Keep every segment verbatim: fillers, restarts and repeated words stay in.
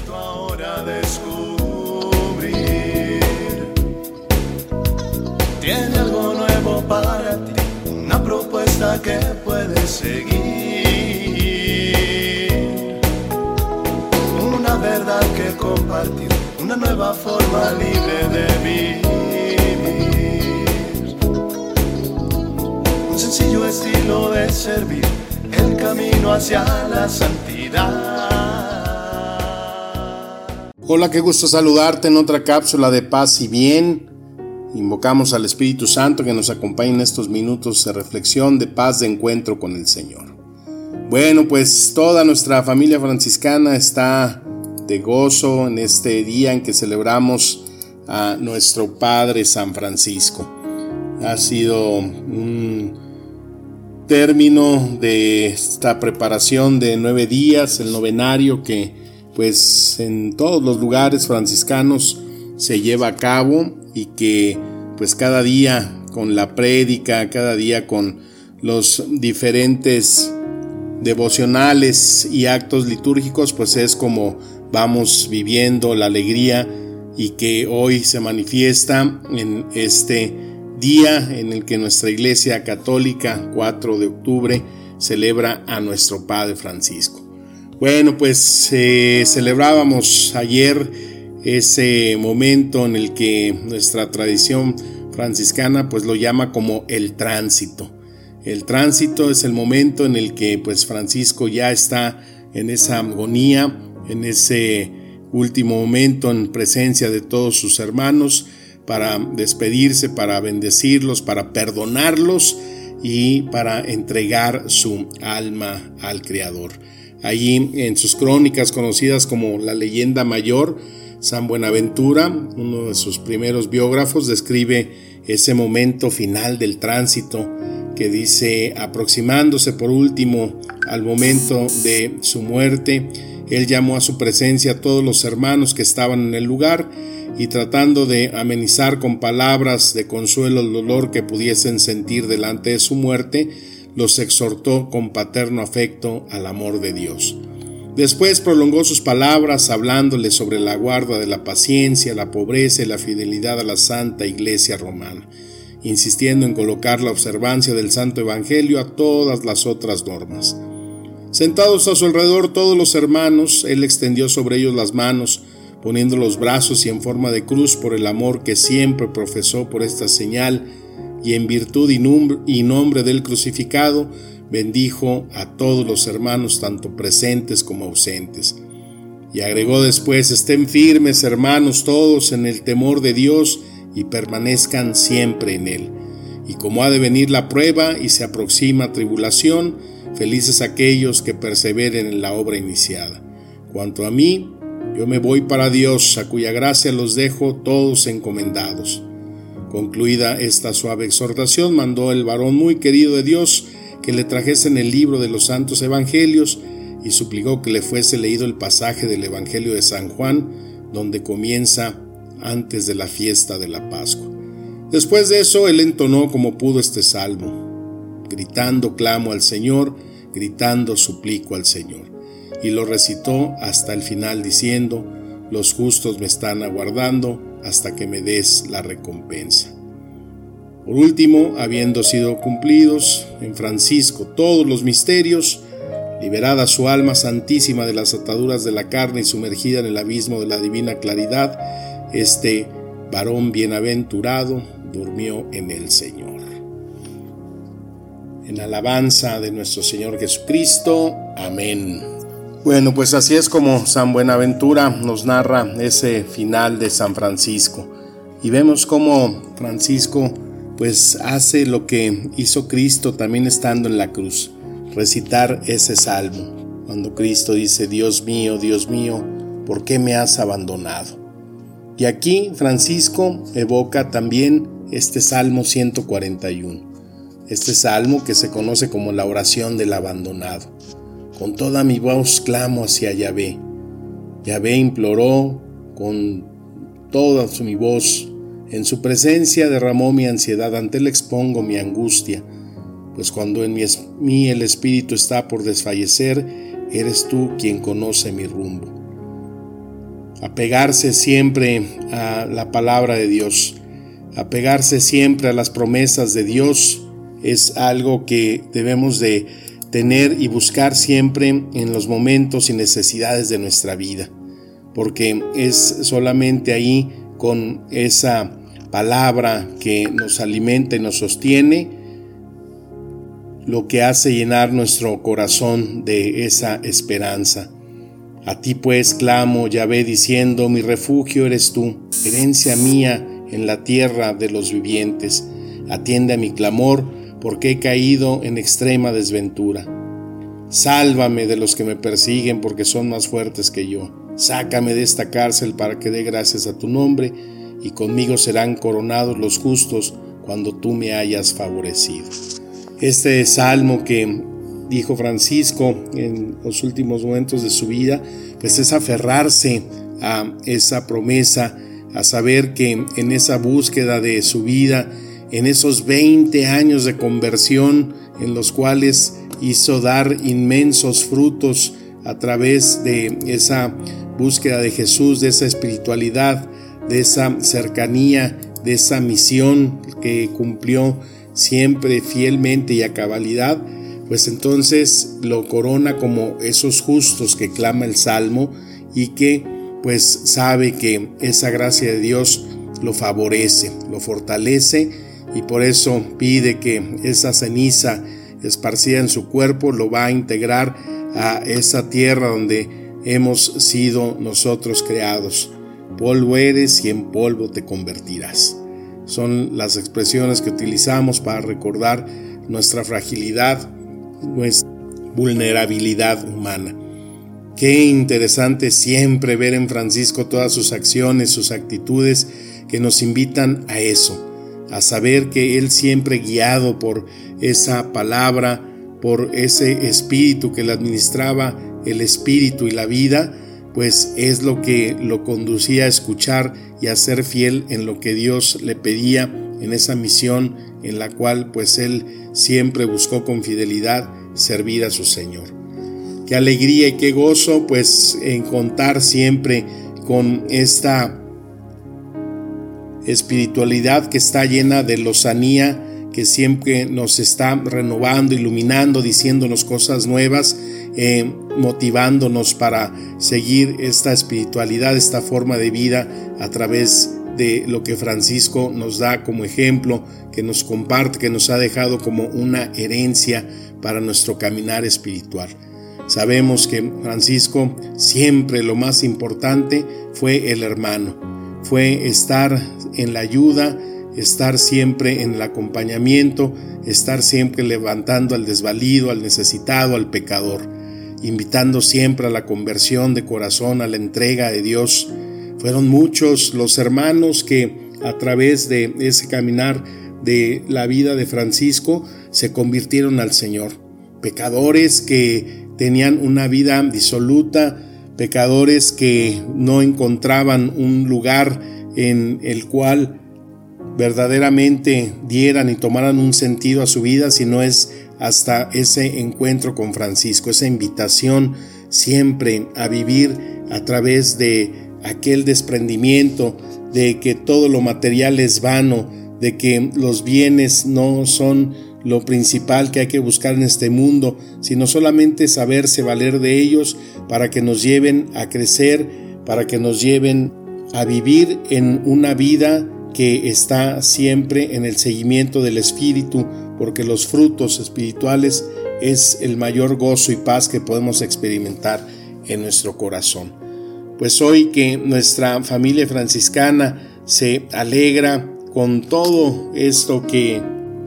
puesto ahora a descubrir. Tiene algo nuevo para ti, una propuesta que puedes seguir, una verdad que compartir, una nueva forma libre de vivir, un sencillo estilo de servir, el camino hacia la santidad. Hola, qué gusto saludarte en otra cápsula de paz y bien. Invocamos al Espíritu Santo que nos acompañe en estos minutos de reflexión, de paz, de encuentro con el Señor. Bueno, pues toda nuestra familia franciscana está de gozo en este día en que celebramos a nuestro Padre San Francisco. Ha sido un término de esta preparación de nueve días, el novenario que pues en todos los lugares franciscanos se lleva a cabo y que pues cada día con la prédica, cada día con los diferentes devocionales y actos litúrgicos, pues es como vamos viviendo la alegría y que hoy se manifiesta en este día en el que nuestra Iglesia Católica, cuatro de octubre, celebra a nuestro Padre Francisco. Bueno, pues eh, celebrábamos ayer ese momento en el que nuestra tradición franciscana pues lo llama como el tránsito. El tránsito es el momento en el que pues Francisco ya está en esa agonía, en ese último momento en presencia de todos sus hermanos para despedirse, para bendecirlos, para perdonarlos y para entregar su alma al Creador. Allí en sus crónicas conocidas como la Leyenda Mayor, San Buenaventura, uno de sus primeros biógrafos, describe ese momento final del tránsito que dice: aproximándose por último al momento de su muerte, él llamó a su presencia a todos los hermanos que estaban en el lugar y tratando de amenizar con palabras de consuelo el dolor que pudiesen sentir delante de su muerte, los exhortó con paterno afecto al amor de Dios. Después prolongó sus palabras hablándoles sobre la guarda de la paciencia, la pobreza y la fidelidad a la Santa Iglesia Romana, insistiendo en colocar la observancia del Santo Evangelio a todas las otras normas. Sentados a su alrededor todos los hermanos, él extendió sobre ellos las manos, poniendo los brazos y en forma de cruz por el amor que siempre profesó por esta señal, y en virtud y nombre del crucificado, bendijo a todos los hermanos, tanto presentes como ausentes. Y agregó después: estén firmes, hermanos, todos en el temor de Dios y permanezcan siempre en él. Y como ha de venir la prueba y se aproxima tribulación, felices aquellos que perseveren en la obra iniciada. Cuanto a mí, yo me voy para Dios, a cuya gracia los dejo todos encomendados. Concluida esta suave exhortación, mandó el varón muy querido de Dios que le trajesen el libro de los santos evangelios y suplicó que le fuese leído el pasaje del Evangelio de San Juan, donde comienza antes de la fiesta de la Pascua. Después de eso, él entonó como pudo este salmo: gritando clamo al Señor, gritando suplico al Señor. Y lo recitó hasta el final diciendo: los justos me están aguardando hasta que me des la recompensa. Por último, habiendo sido cumplidos en Francisco todos los misterios, liberada su alma santísima de las ataduras de la carne y sumergida en el abismo de la divina claridad, este varón bienaventurado durmió en el Señor. En alabanza de nuestro Señor Jesucristo. Amén. Bueno, pues así es como San Buenaventura nos narra ese final de San Francisco. Y vemos cómo Francisco pues hace lo que hizo Cristo también estando en la cruz, recitar ese salmo, cuando Cristo dice: Dios mío, Dios mío, ¿por qué me has abandonado? Y aquí Francisco evoca también este Salmo ciento cuarenta y uno, este salmo que se conoce como la oración del abandonado. Con toda mi voz clamo hacia Yahvé. Yahvé imploró con toda su, mi voz. En su presencia derramó mi ansiedad, ante él expongo mi angustia, pues cuando en mí el espíritu está por desfallecer, eres tú quien conoce mi rumbo. Apegarse siempre a la palabra de Dios, apegarse siempre a las promesas de Dios es algo que debemos de tener y buscar siempre en los momentos y necesidades de nuestra vida, porque es solamente ahí, con esa palabra que nos alimenta y nos sostiene, lo que hace llenar nuestro corazón de esa esperanza. A ti pues clamo, Yahvé, diciendo: mi refugio eres tú, herencia mía en la tierra de los vivientes. Atiende a mi clamor, porque he caído en extrema desventura. Sálvame de los que me persiguen, porque son más fuertes que yo. Sácame de esta cárcel para que dé gracias a tu nombre, y conmigo serán coronados los justos cuando tú me hayas favorecido. Este salmo que dijo Francisco en los últimos momentos de su vida, pues es aferrarse a esa promesa, a saber que en esa búsqueda de su vida, en esos veinte años de conversión en los cuales hizo dar inmensos frutos a través de esa búsqueda de Jesús, de esa espiritualidad, de esa cercanía, de esa misión que cumplió siempre fielmente y a cabalidad, pues entonces lo corona como esos justos que clama el Salmo y que pues sabe que esa gracia de Dios lo favorece, lo fortalece, y por eso pide que esa ceniza esparcida en su cuerpo lo va a integrar a esa tierra donde hemos sido nosotros creados. Polvo eres y en polvo te convertirás. Son las expresiones que utilizamos para recordar nuestra fragilidad, nuestra vulnerabilidad humana. Qué interesante siempre ver en Francisco todas sus acciones, sus actitudes que nos invitan a eso, a saber que él siempre guiado por esa palabra, por ese espíritu que le administraba el espíritu y la vida, pues es lo que lo conducía a escuchar y a ser fiel en lo que Dios le pedía, en esa misión en la cual pues él siempre buscó con fidelidad servir a su Señor. Qué alegría y qué gozo pues en contar siempre con esta espiritualidad que está llena de lozanía, que siempre nos está renovando, iluminando, diciéndonos cosas nuevas, eh, motivándonos para seguir esta espiritualidad, esta forma de vida a través de lo que Francisco nos da como ejemplo, que nos comparte, que nos ha dejado como una herencia para nuestro caminar espiritual. Sabemos que Francisco siempre lo más importante fue el hermano, fue estar en la ayuda, estar siempre en el acompañamiento, estar siempre levantando al desvalido, al necesitado, al pecador, invitando siempre a la conversión de corazón, a la entrega de Dios. Fueron muchos los hermanos que a través de ese caminar de la vida de Francisco se convirtieron al Señor. Pecadores que tenían una vida disoluta, pecadores que no encontraban un lugar en el cual verdaderamente dieran y tomaran un sentido a su vida, sino es hasta ese encuentro con Francisco, esa invitación siempre a vivir a través de aquel desprendimiento, de que todo lo material es vano, de que los bienes no son lo principal que hay que buscar en este mundo, sino solamente saberse valer de ellos para que nos lleven a crecer, para que nos lleven a vivir en una vida que está siempre en el seguimiento del Espíritu, porque los frutos espirituales es el mayor gozo y paz que podemos experimentar en nuestro corazón. Pues hoy que nuestra familia franciscana se alegra con todo esto que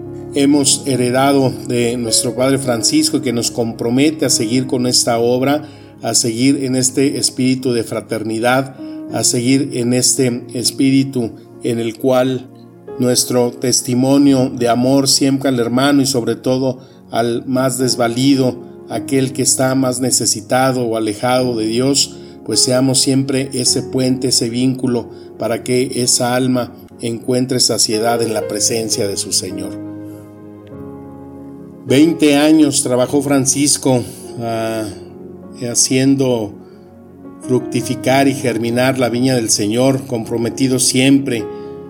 hemos heredado de nuestro Padre Francisco y que nos compromete a seguir con esta obra, a seguir en este espíritu de fraternidad, a seguir en este espíritu en el cual nuestro testimonio de amor siempre al hermano y sobre todo al más desvalido, aquel que está más necesitado o alejado de Dios, pues seamos siempre ese puente, ese vínculo para que esa alma encuentre saciedad en la presencia de su Señor. Veinte años trabajó Francisco uh, haciendo fructificar y germinar la viña del Señor, comprometido siempre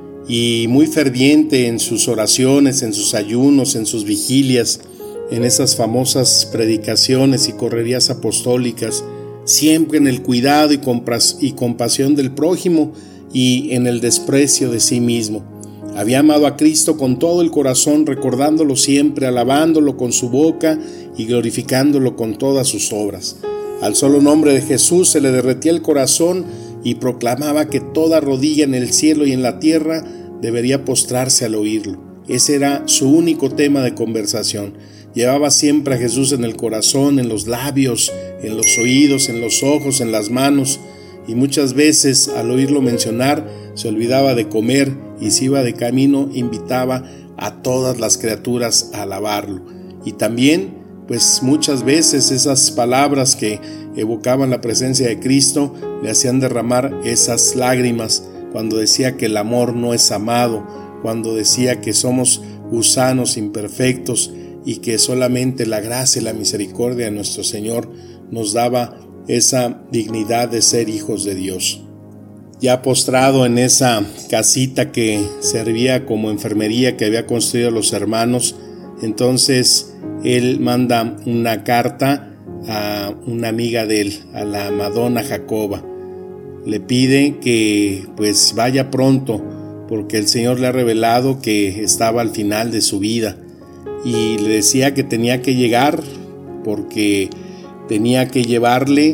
y muy ferviente en sus oraciones, en sus ayunos, en sus vigilias, en esas famosas predicaciones y correrías apostólicas, siempre en el cuidado y, compras- y compasión del prójimo y en el desprecio de sí mismo. Había amado a Cristo con todo el corazón, recordándolo siempre, alabándolo con su boca y glorificándolo con todas sus obras. Al solo nombre de Jesús se le derretía el corazón y proclamaba que toda rodilla en el cielo y en la tierra debería postrarse al oírlo. Ese era su único tema de conversación. Llevaba siempre a Jesús en el corazón, en los labios, en los oídos, en los ojos, en las manos, y muchas veces al oírlo mencionar se olvidaba de comer y si iba de camino invitaba a todas las criaturas a alabarlo. Y también pues muchas veces esas palabras que evocaban la presencia de Cristo le hacían derramar esas lágrimas cuando decía que el amor no es amado, cuando decía que somos gusanos imperfectos y que solamente la gracia y la misericordia de nuestro Señor nos daba esa dignidad de ser hijos de Dios. Ya postrado en esa casita que servía como enfermería que había construido los hermanos, entonces él manda una carta a una amiga de él, a la Madonna Jacoba. Le pide que pues vaya pronto porque el Señor le ha revelado que estaba al final de su vida y le decía que tenía que llegar porque tenía que llevarle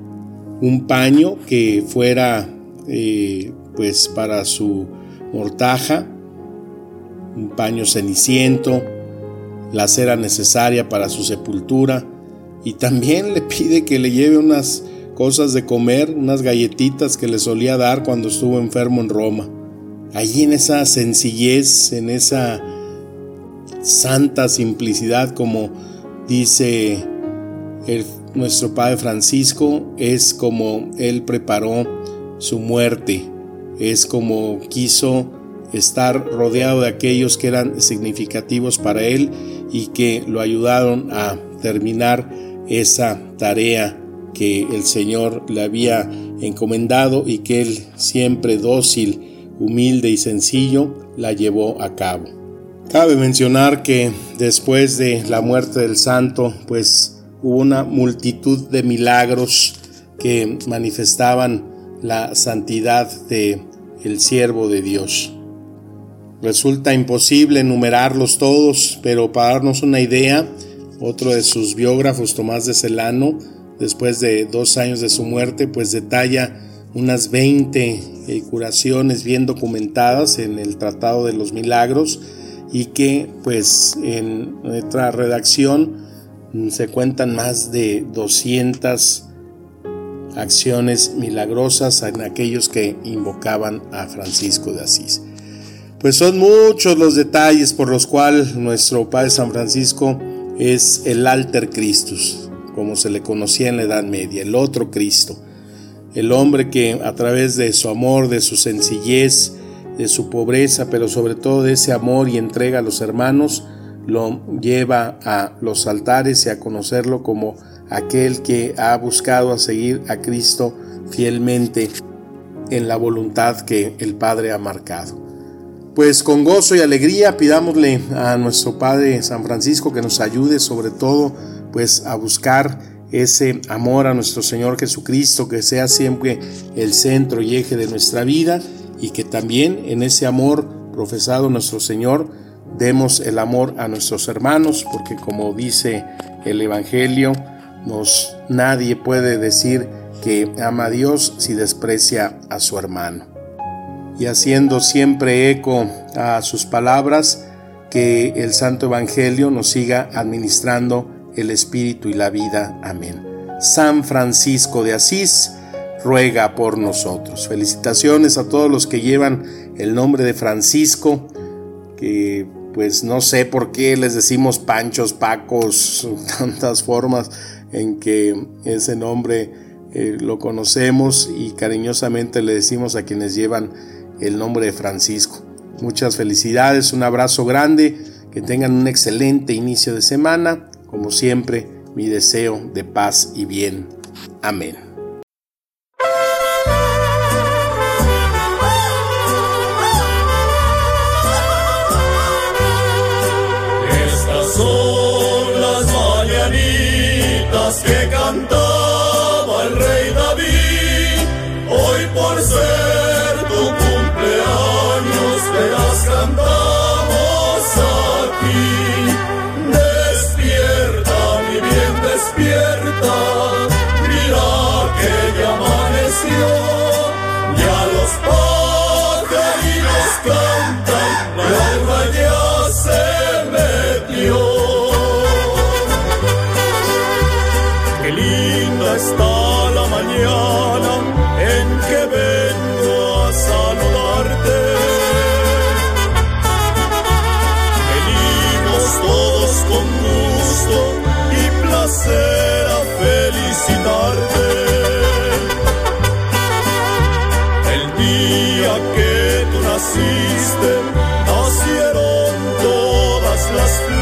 un paño que fuera eh, pues para su mortaja, un paño ceniciento, la cera necesaria para su sepultura, y también le pide que le lleve unas cosas de comer, unas galletitas que le solía dar cuando estuvo enfermo en Roma. Allí en esa sencillez, en esa santa simplicidad, como dice el, nuestro Padre Francisco, es como él preparó su muerte, es como quiso estar rodeado de aquellos que eran significativos para él y que lo ayudaron a terminar esa tarea que el Señor le había encomendado y que él, siempre dócil, humilde y sencillo, la llevó a cabo. Cabe mencionar que después de la muerte del santo, pues hubo una multitud de milagros que manifestaban la santidad de el siervo de Dios. Resulta imposible enumerarlos todos, pero para darnos una idea, otro de sus biógrafos, Tomás de Celano, después de dos años de su muerte, pues detalla unas veinte eh, curaciones bien documentadas en el Tratado de los Milagros, y que pues en nuestra redacción se cuentan más de doscientas acciones milagrosas en aquellos que invocaban a Francisco de Asís. Pues son muchos los detalles por los cuales nuestro Padre San Francisco es el Alter Christus, como se le conocía en la Edad Media, el otro Cristo, el hombre que a través de su amor, de su sencillez, de su pobreza, pero sobre todo de ese amor y entrega a los hermanos, lo lleva a los altares y a conocerlo como aquel que ha buscado a seguir a Cristo fielmente en la voluntad que el Padre ha marcado. Pues con gozo y alegría pidámosle a nuestro Padre San Francisco que nos ayude sobre todo pues a buscar ese amor a nuestro Señor Jesucristo, que sea siempre el centro y eje de nuestra vida, y que también en ese amor profesado nuestro Señor demos el amor a nuestros hermanos, porque como dice el Evangelio, nos, nadie puede decir que ama a Dios si desprecia a su hermano. Y haciendo siempre eco a sus palabras, que el Santo Evangelio nos siga administrando el Espíritu y la vida. Amén. San Francisco de Asís, ruega por nosotros. Felicitaciones a todos los que llevan el nombre de Francisco, que pues no sé por qué les decimos Panchos, Pacos, tantas formas en que ese nombre eh, lo conocemos, y cariñosamente le decimos a quienes llevan el nombre de Francisco. Muchas felicidades, un abrazo grande, que tengan un excelente inicio de semana. Como siempre, mi deseo de paz y bien. Amén. de ser tu cumpleaños, verás cantamos aquí. Despierta, mi bien, despierta, mira que ya amaneció, ya los pajaritos cantan, la luna ya se metió. Qué linda está la mañana en que vengo a saludarte. Venimos todos con gusto y placer a felicitarte. El día que tú naciste, nacieron todas las flores.